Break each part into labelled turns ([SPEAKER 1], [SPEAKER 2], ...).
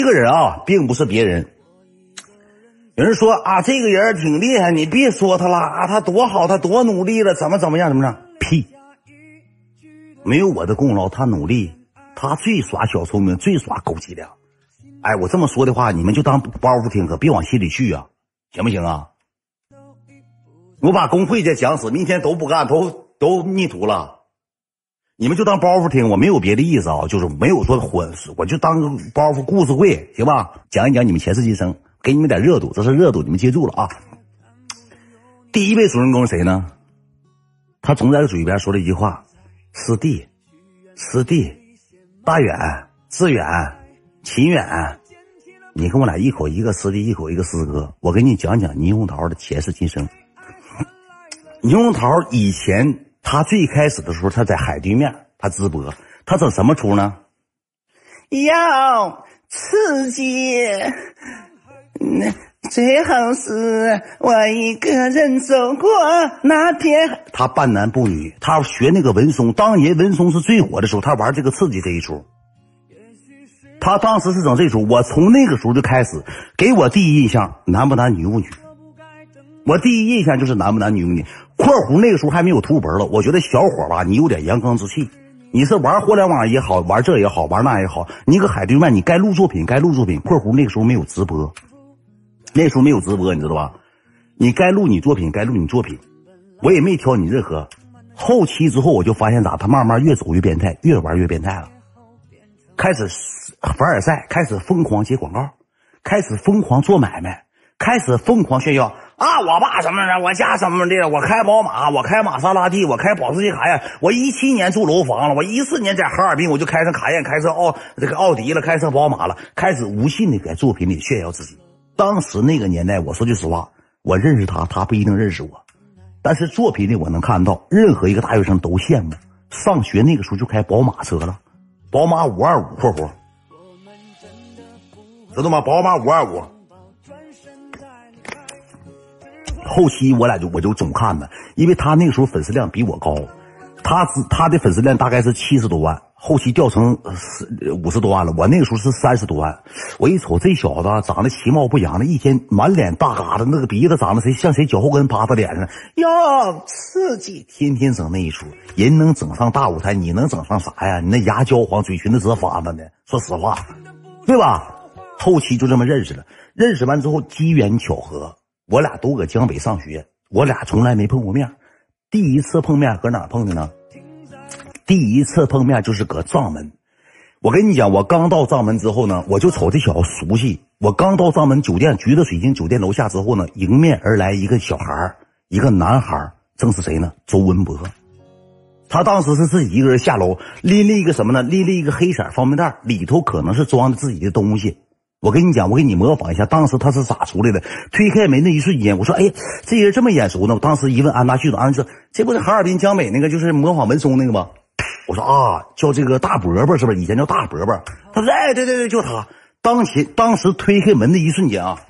[SPEAKER 1] 这个人啊，并不是别人。有人说啊，这个人挺厉害，你别说他了啊，他多好，他多努力了，怎么样？屁，没有我的功劳，他努力，他最耍小聪明，最耍狗急俩。哎，我这么说的话，你们就当包袱听，可别往心里去啊，行不行啊？我把工会再讲死，明天都不干，都逆徒了。你们就当包袱听，我没有别的意思啊，就是没有说混，我就当个包袱故事会，行吧？讲一讲你们前世今生，给你们点热度，这是热度，你们记住了啊。第一位主人公是谁呢？他总在这嘴边说了一句话：师弟，大远、志远、秦远，你跟我俩一口一个师弟，一口一个师哥。我给你讲讲霓虹桃的前世今生。霓虹桃以前他最开始的时候，他在海对面，他直播，他整什么出呢？要刺激，最好是我一个人走过那片。他半男不女，他学那个文松，当年文松是最火的时候，他玩这个刺激这一出。他当时是整这出，我从那个时候就开始，给我第一印象男不男女不女。我第一印象就是男不男女不女。括弧那个时候还没有图本了，我觉得小伙吧，你有点阳刚之气。你是玩互联网也好，玩这也好，玩那也好，你个海对面，你该录作品。括弧那个时候没有直播，你知道吧？你该录你作品，我也没挑你任何。后期之后我就发现他慢慢越走越变态，越玩越变态了。开始凡尔赛，开始疯狂接广告，开始疯狂做买卖，开始疯狂炫耀啊！我爸什么的，我家什么的，我开宝马，我开玛莎拉蒂，我开保时捷卡宴，我17年住楼房了，我14年在哈尔滨我就开上卡宴，开上奥迪了，开上宝马了，开始无限的在作品里炫耀自己。当时那个年代，我说句实话，我认识他，他不一定认识我，但是作品里我能看到，任何一个大学生都羡慕。上学那个时候就开宝马车了，宝马525括弧，知道吗？宝马525。后期我就总看他，因为他那个时候粉丝量比我高，他的粉丝量大概是70多万，后期掉成50多万了。我那个时候是30多万。我一瞅这小子长得其貌不扬的，一天满脸大疙瘩，那个鼻子长得像谁脚后跟趴他脸上，哟刺激，天天整那一出。人能整上大舞台，你能整上啥呀？你那牙焦黄，嘴唇子直发子呢，说实话，对吧？后期就这么认识了，认识完之后机缘巧合。我俩都搁江北上学，我俩从来没碰过面。第一次碰面搁哪碰的呢？第一次碰面就是搁藏门。我跟你讲，我刚到藏门之后呢，我就瞅这小子熟悉。我刚到藏门酒店橘子水晶酒店楼下之后呢，迎面而来一个小孩，一个男孩，正是谁呢？周文博。他当时是自己一个人下楼，拎了一个什么呢？拎了一个黑色方便袋，里头可能是装着自己的东西。我跟你讲，我给你模仿一下，当时他是咋出来的？推开门那一瞬间，我说：“哎，这人这么眼熟呢。”我当时一问安达旭总，安达说：“这不是哈尔滨江北那个，就是模仿文松那个吗？”我说：“啊，叫这个大伯伯是不是？以前叫大伯伯。”他说：“哎，对，就他。”当时推开门的一瞬间啊，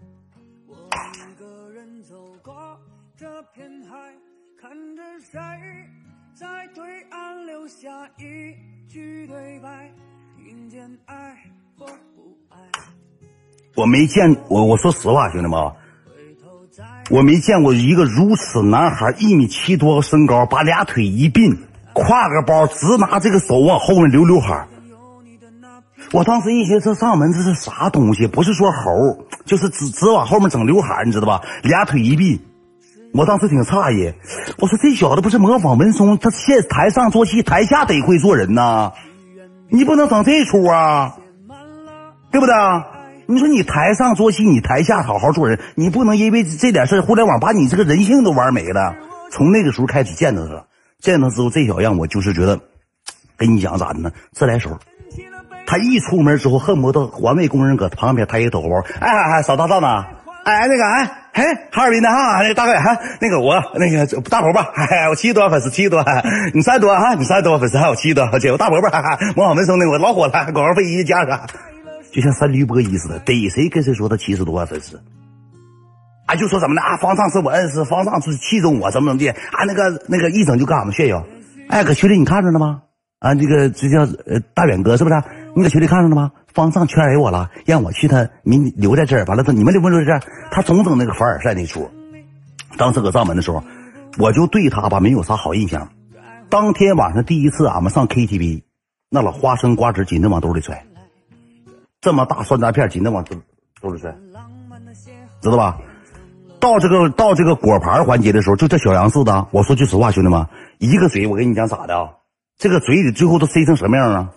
[SPEAKER 1] 在对岸留下一句对白，听见爱或不爱。我没见我说实话，兄弟们，我没见过一个如此男孩1米7多身高，把俩腿一并，挎个包，直拿这个手往后面留海。我当时一寻这上门这是啥东西？不是说猴，就是只往后面整刘海，你知道吧？俩腿一并。我当时挺诧异，我说这小子不是模仿文松，他现台上做戏，台下得会做人呐，你不能整这出啊，对不对？你说你台上做戏，你台下好好做人，你不能因为这点事互联网把你这个人性都玩没了。从那个时候开始见到他了，见到之后这小样我就是觉得，跟你讲咋的呢？自来熟。他一出门之后，恨不得环卫工人搁旁边抬一抖包，哎，扫大上哪？哎，那个哈尔滨的哈，那个大哥那个我那个大伯伯，我7多粉丝7多，你3多哈，你3多粉丝还有7多，姐我大伯伯，模仿文松那个我老火了，广告费一加上，就像三驴播一似的，逮谁跟谁说他70多万粉丝。啊，就说怎么的啊？方丈是我恩师，方丈是器重我，怎么的啊？那个一整就干俺们炫耀。哎，搁群里你看着了吗？啊，这个这叫大远哥是不是？你搁群里看着了吗？ 方丈圈给我了，让我去他你留在这儿，完了你们留不留在这儿？他总整那个凡尔赛那出。当时搁上门的时候，我就对他吧没有啥好印象。当天晚上第一次俺们上 KTV， 那老花生瓜子紧着往兜里揣，这么大酸渣片紧着往兜里揣，知道吧？到这个果盘环节的时候，就这小杨似的，我说句实话，兄弟们，一个嘴我跟你讲咋的啊？这个嘴里最后都塞成什么样啊？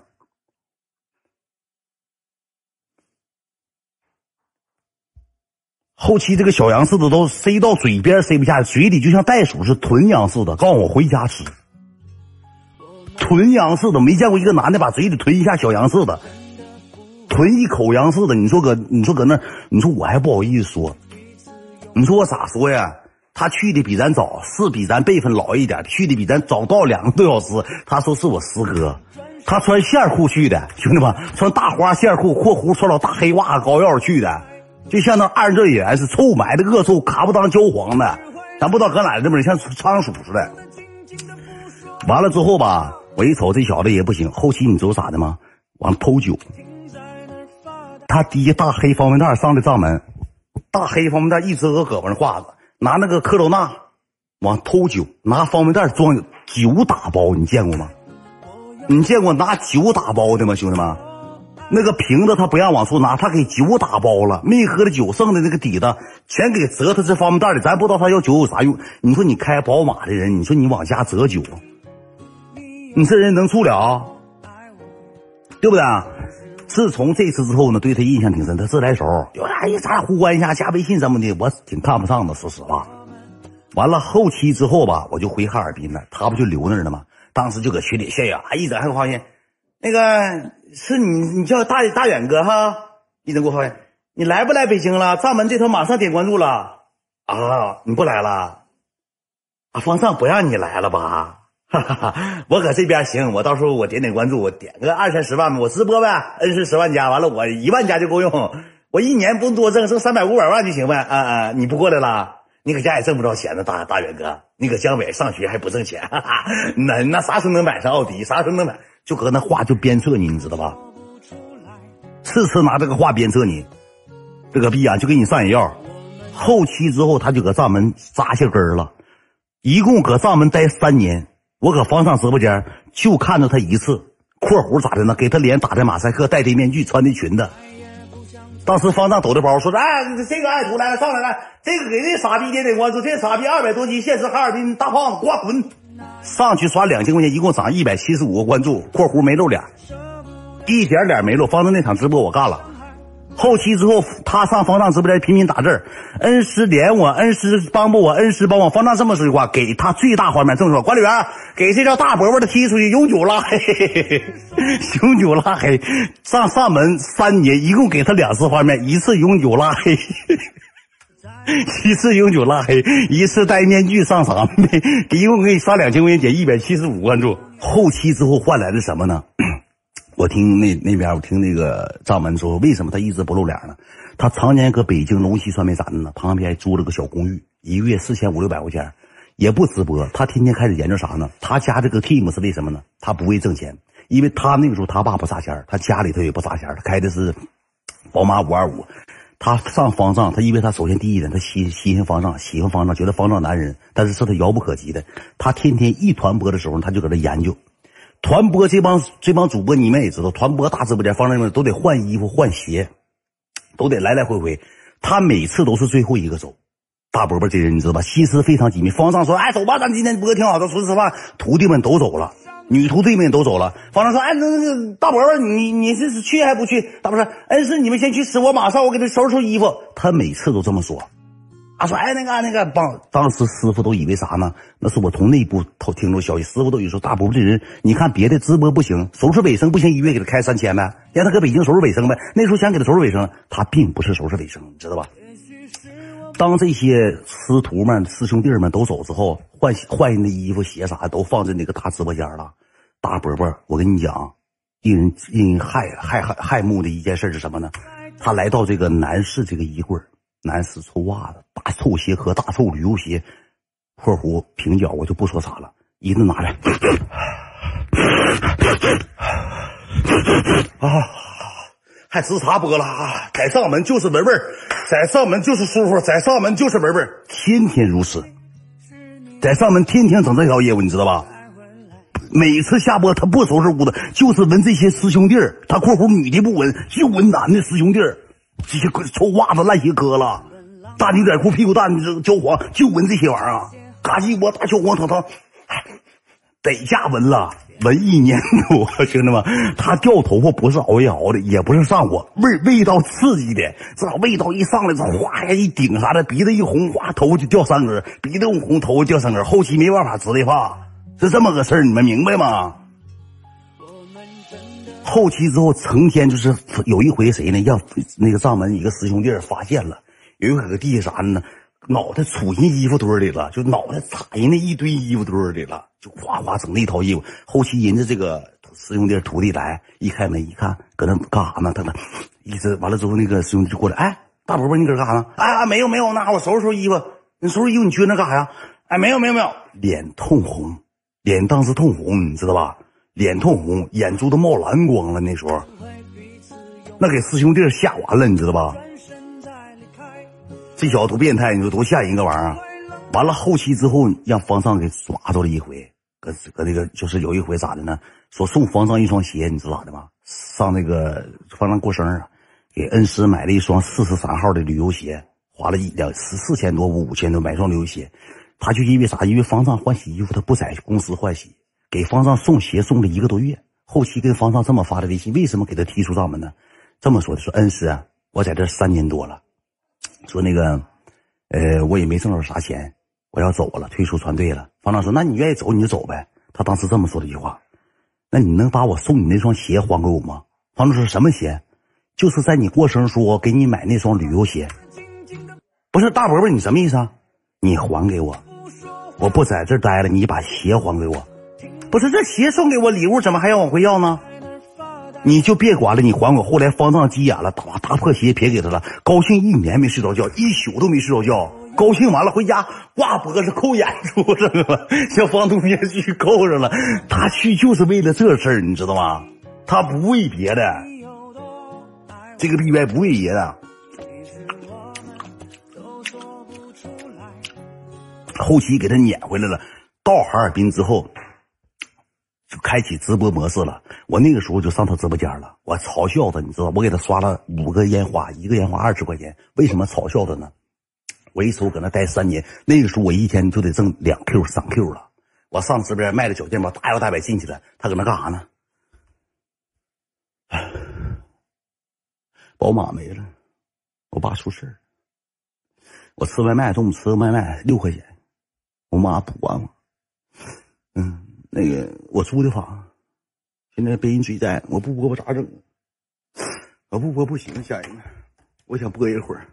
[SPEAKER 1] 后期这个小羊似的都塞到嘴边塞不下，嘴里就像袋鼠是豚羊似的，告诉我回家吃。豚羊似的，没见过一个男的把嘴里吞一下小羊似的，吞一口羊似的。你说搁那，你说我还不好意思说，你说我咋说呀？他去的比咱早，是比咱辈分老一点，去的比咱早到2个多小时。他说是我师哥，他穿线裤去的，兄弟们，穿大花线裤，括弧穿老大黑袜子高腰去的。就像那二这野是臭埋的恶臭，卡不当焦黄的，咱不知道搁哪这么人像仓鼠似的。完了之后吧，我一瞅这小子也不行，后期你知道咋的吗？往偷酒。他提一大黑方便袋上的帐门，大黑方便袋一直搁胳膊上挂着，拿那个克罗纳往偷酒，拿方便袋装酒打包，你见过吗？你见过拿酒打包的吗，兄弟们？那个瓶子他不让往出拿，他给酒打包了，没喝的酒剩的那个底子全给折他这方便袋里，咱不知道他要酒有啥用。你说你开宝马的人，你说你往家折酒，你这人能处了，对不对？自从这次之后呢，对他印象挺深，他自来熟，有啥咱俩互关一下，加微信什么的，我挺看不上的，说实话。完了后期之后吧，我就回哈尔滨了，他不就留那儿了吗？当时就搁群里炫耀，一整还给我发现，那个是你叫大远哥哈，一整给我发现，你来不来北京了？帐门这头马上点关注了啊，你不来了啊？方丈不让你来了吧？哈哈哈，我搁这边行，我到时候我点关注，我点个20-30万吧，我直播呗，恩师10万加，完了我1万加就够用，我一年不用多挣300-500万就行呗。你不过来了？你搁家也挣不着钱呢，大远哥，你搁江北上学还不挣钱，哈哈，那啥时候能买上奥迪？啥时候能买？就搁那话就鞭策你知道吧？次拿这个话鞭策你，这个逼啊就给你上眼药。后期之后他就搁帐门扎下根了，一共搁帐门待3年。我搁方丈直播间就看到他一次，括弧咋的呢？给他脸打的马赛克，戴的面具，穿的裙子。当时方丈抖的包说：“哎，这个爱徒来了，上来了，这个给这傻逼点关注，这傻逼200多斤，现实哈尔滨大胖子，给我滚！”上去刷2000块钱，一共涨175个关注，括弧没露脸，一点脸没露。方丈那场直播我干了。后期之后，他上方丈直播间频频打字，恩师连我，恩师帮不我，恩师帮我。方丈这么说句话，给他最大画面，这么说：管理员给这叫大伯伯的踢出去，永久拉黑，永久拉黑。上门3年，一共给他2次画面，一次永久拉黑，一次永久拉黑，一次戴面具上场，一共给你刷2000块钱，减175关注。后期之后换来的什么呢？我听那边我听那个帐门说，为什么他一直不露脸呢？他常年搁北京龙溪传媒站呢，旁边租了个小公寓，1个月4500-600块钱，也不直播。他天天开始研究啥呢？他家这个 team 是为什么呢？他不为挣钱，因为他那个时候他爸不撒钱，他家里头也不撒钱，他开的是宝马525。他上方丈，他因为他首先第一点，他喜欢方丈，喜欢方丈，觉得方丈男人，但是是他遥不可及的。他天天一团播的时候，他就搁这研究。团播这帮主播你们也知道，团播大直播间方丈们都得换衣服换鞋，都得来来回回，他每次都是最后一个走。大伯伯这人你知道吧，心思非常紧密。方丈说：“哎，走吧，咱今天播挺好的。”说实话，徒弟们都走了，女徒弟们也都走了。方丈说：“哎，那大伯伯，你是去还不去？”大伯说：“恩师，你们先去吃，我马上我给他收拾衣服。”他每次都这么说。他说：“哎，那个，当时师傅都以为啥呢？那是我从内部听着消息，师傅都以为说大伯伯这人，你看别的直播不行，收拾卫生不行，1月给他开3000呗，让他搁北京收拾卫生呗。那时候想给他收拾卫生，他并不是收拾卫生，你知道吧？当这些师徒们、师兄弟们都走之后，换人的衣服、鞋啥都放在那个大直播间了。大伯伯，我跟你讲，令人害目的一件事是什么呢？他来到这个南市这个衣柜。男士臭袜子、大臭鞋和大臭旅游鞋，括弧平角我就不说啥了，一顿拿来还直插播了啊！在上门就是文文，在上门就是舒服，在上门就是文文，天天如此，在上门天天整这条业务，你知道吧？每次下播他不收拾屋子，就是闻这些师兄弟儿，他括弧女的不闻，就闻男的师兄弟儿，这些臭袜子烂鞋磕了，大牛仔裤屁股蛋焦黄，就闻这些玩意儿，嘎叽窝大焦黄腾腾，得下闻了。闻1年多，兄弟们，他掉头发不是熬夜熬的，也不是上火，味道刺激的，这味道一上来，这哗呀一顶啥的，鼻子一红，哗头发就掉3根，鼻子一红，头发掉3根，后期没办法植的发，是这么个事儿，你们明白吗？后期之后成天就是有一回谁呢，让那个上门一个师兄弟发现了，有一个搁地下啥呢，脑袋杵进衣服堆里了，就脑袋插人那一堆衣服堆里了，就哗哗整那套衣服。后期人家这个师兄弟徒弟来一开门一看，搁那干啥呢？他一直完了之后，那个师兄弟就过来，哎，大伯伯你搁这干啥呢？哎，没有，那我收拾衣服。你收拾衣服你撅那干啥呀？哎，没有，脸通红，脸当时通红，你知道吧？脸通红，眼珠都冒蓝光了。那时候，那给师兄弟吓完了，你知道吧？这小子多变态，你说多吓人个玩意儿！完了后期之后，让方丈给抓住了一回，搁那个就是有一回咋的呢？说送方丈一双鞋，你知道咋的吗？上那个方丈过生日，给恩师买了一双43号的旅游鞋，花了4000多5000多买双旅游鞋。他就因为啥？因为方丈换洗衣服，他不在公司换洗，给方丈送鞋送了1个多月。后期跟方丈这么发的微信，为什么给他踢出上门呢？这么说的，说恩师啊，我在这3年多了。说那个，我也没挣着啥钱，我要走了，退出团队了。方丈说：“那你愿意走你就走呗。”他当时这么说了一句话：“那你能把我送你那双鞋还给我吗？”方丈说：“什么鞋？就是在你过生日时候我给你买那双旅游鞋。”不是大伯伯，你什么意思啊？你还给我，我不在这儿待了，你把鞋还给我。不是这鞋送给我礼物，怎么还要往回要呢？你就别管了，你还我。后来方丈急眼了，把大破鞋撇给他了，高兴1年没睡着觉，1宿都没睡着觉。高兴完了回家挂脖子扣眼珠上了，像方同学去扣上了。他去就是为了这事儿，你知道吗？他不为别的，这个例外不为别的。后期给他撵回来了，到哈尔滨之后就开启直播模式了。我那个时候就上他直播间了，我嘲笑他，你知道，我给他刷了5个烟花，1个烟花20块钱。为什么嘲笑他呢？我一瞅搁那待3年，那个时候我一天就得挣2Q 3Q 了。我上直播间卖了脚垫包，大摇大摆进去了，他搁那干啥呢？宝马没了，我爸出事，我吃外卖，中午吃外卖6块钱，我妈不管我。那个我租的房现在被人追债，我不播我咋整？我不播不行，家人们，我想播一会儿。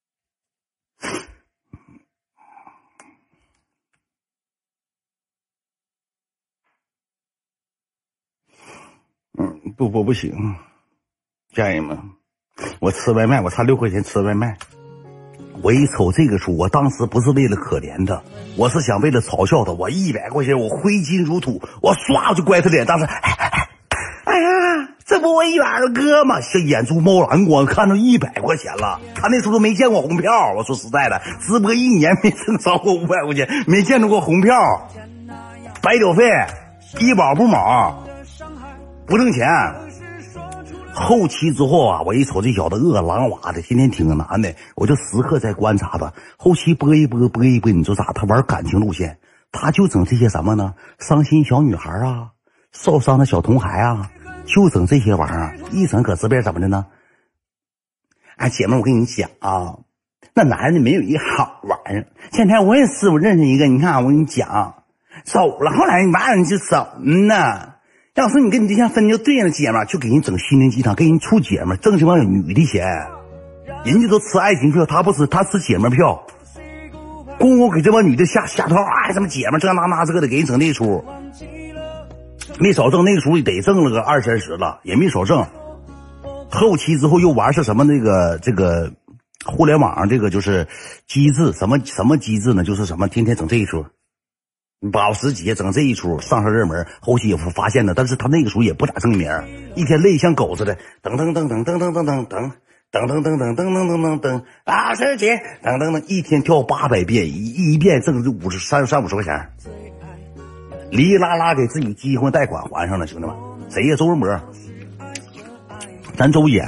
[SPEAKER 1] 不播不行，家人们，我吃外卖，我差6块钱吃外卖。我一瞅这个数，我当时不是为了可怜他，我是想为了嘲笑他。我100块钱，我挥金如土，我唰就乖他脸。当时，哎呀，这不我远的哥吗？这眼珠冒蓝光，看到100块钱了。他那时候都没见过红票。我说实在的，直播1年没挣着过500块钱，没见着过红票，白酒费医保不毛，不挣钱。后期之后啊，我一瞅这小子饿狼哇的，天天挺个男的，我就时刻在观察他。后期播一播，你说咋？他玩感情路线，他就整这些什么呢？伤心小女孩啊，受伤的小童孩啊，就整这些玩意儿。一整搁这边怎么的呢？哎，姐妹，我跟你讲啊，那男的没有一好玩意儿。前天我也是，我认识一个，你看我跟你讲，走了，后来你完了就走呢。要说你跟你对象分就对了，姐们就给人整心灵鸡汤，给人处姐们挣这帮女的钱。人家都吃爱情票，他不吃，他吃姐们票。公公给这帮女的下套啊，什么姐们这那这个的，给人整那出，没少挣。那个时候得挣了个20-30了，也没少挣。后期之后又玩是什么这个互联网上这个就是机制，什么机制呢？就是什么天天整这一出。 把我十几整这一出上热门，后期也发现了，但是他那个时候也不咋正名，一天累像狗似的，噔噔噔噔噔噔噔噔噔。噔噔噔噔噔噔噔噔噔，老师姐，噔噔噔，一天跳800遍，一遍挣50块钱，哩哩啦啦给自己结婚贷款还上了，兄弟们，谁呀？周文博，咱周爷，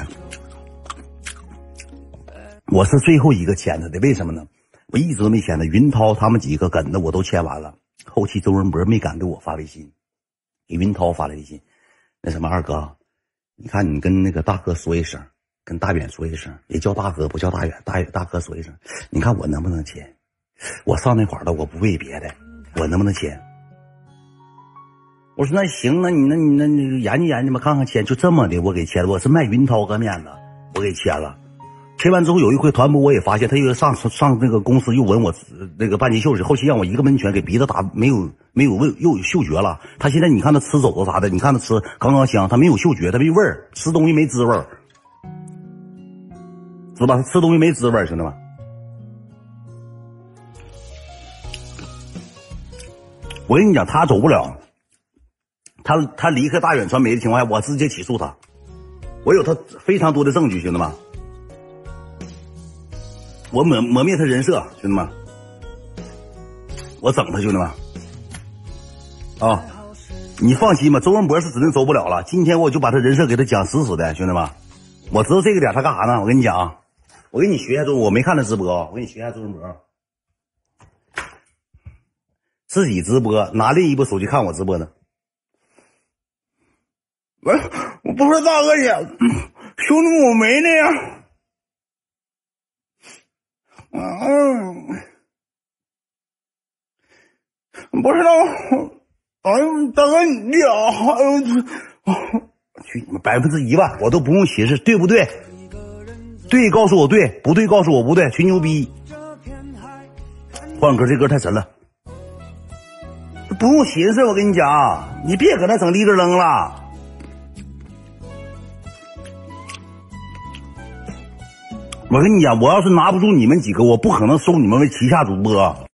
[SPEAKER 1] 我是最后一个签他的，为什么呢？我一直都没签他，云涛他们几个跟的我都签完了，后期周文博没敢给我发微信，给云涛发了微信，那什么二哥，你看你跟那个大哥说一声。跟大远说一声，也叫大哥不叫大远，大哥说一声，你看我能不能签？我上那块儿了，我不为别的，我能不能签？我说那行，那你研究研究吧，看看签，就这么的，我给签了。我是卖云涛个面子，我给签了。签完之后有一回团播，我也发现他又上那个公司又闻我那个半截袖子，后期让我一个闷拳给鼻子打没有又有嗅觉了。他现在你看他吃肘子啥的，你看他吃刚刚香，他没有嗅觉，他没味儿，吃东西没滋味儿。是吧？吃东西没滋味，兄弟们。我跟你讲，他走不了。他离开大远传媒的情况下，我直接起诉他。我有他非常多的证据，兄弟们。我抹灭他人设，兄弟们。我整他，兄弟们。啊，你放心吧，周文博是指定走不了了。今天我就把他人设给他讲死死的，兄弟们。我知道这个点他干啥呢？我跟你讲啊。我给你学一下周，我没看他直播，我给你学一下周文博。自己直播，拿另一部手机看我直播的。我不是大哥姐，兄弟我没那样。不知道，大哥你去你们100%我都不用寻思，对不对？对，告诉我对，不对告诉我不对，吹牛逼。换歌，这歌太神了，不用寻思，我跟你讲，你别搁那整立个扔了。我跟你讲，我要是拿不住你们几个，我不可能收你们为旗下主播。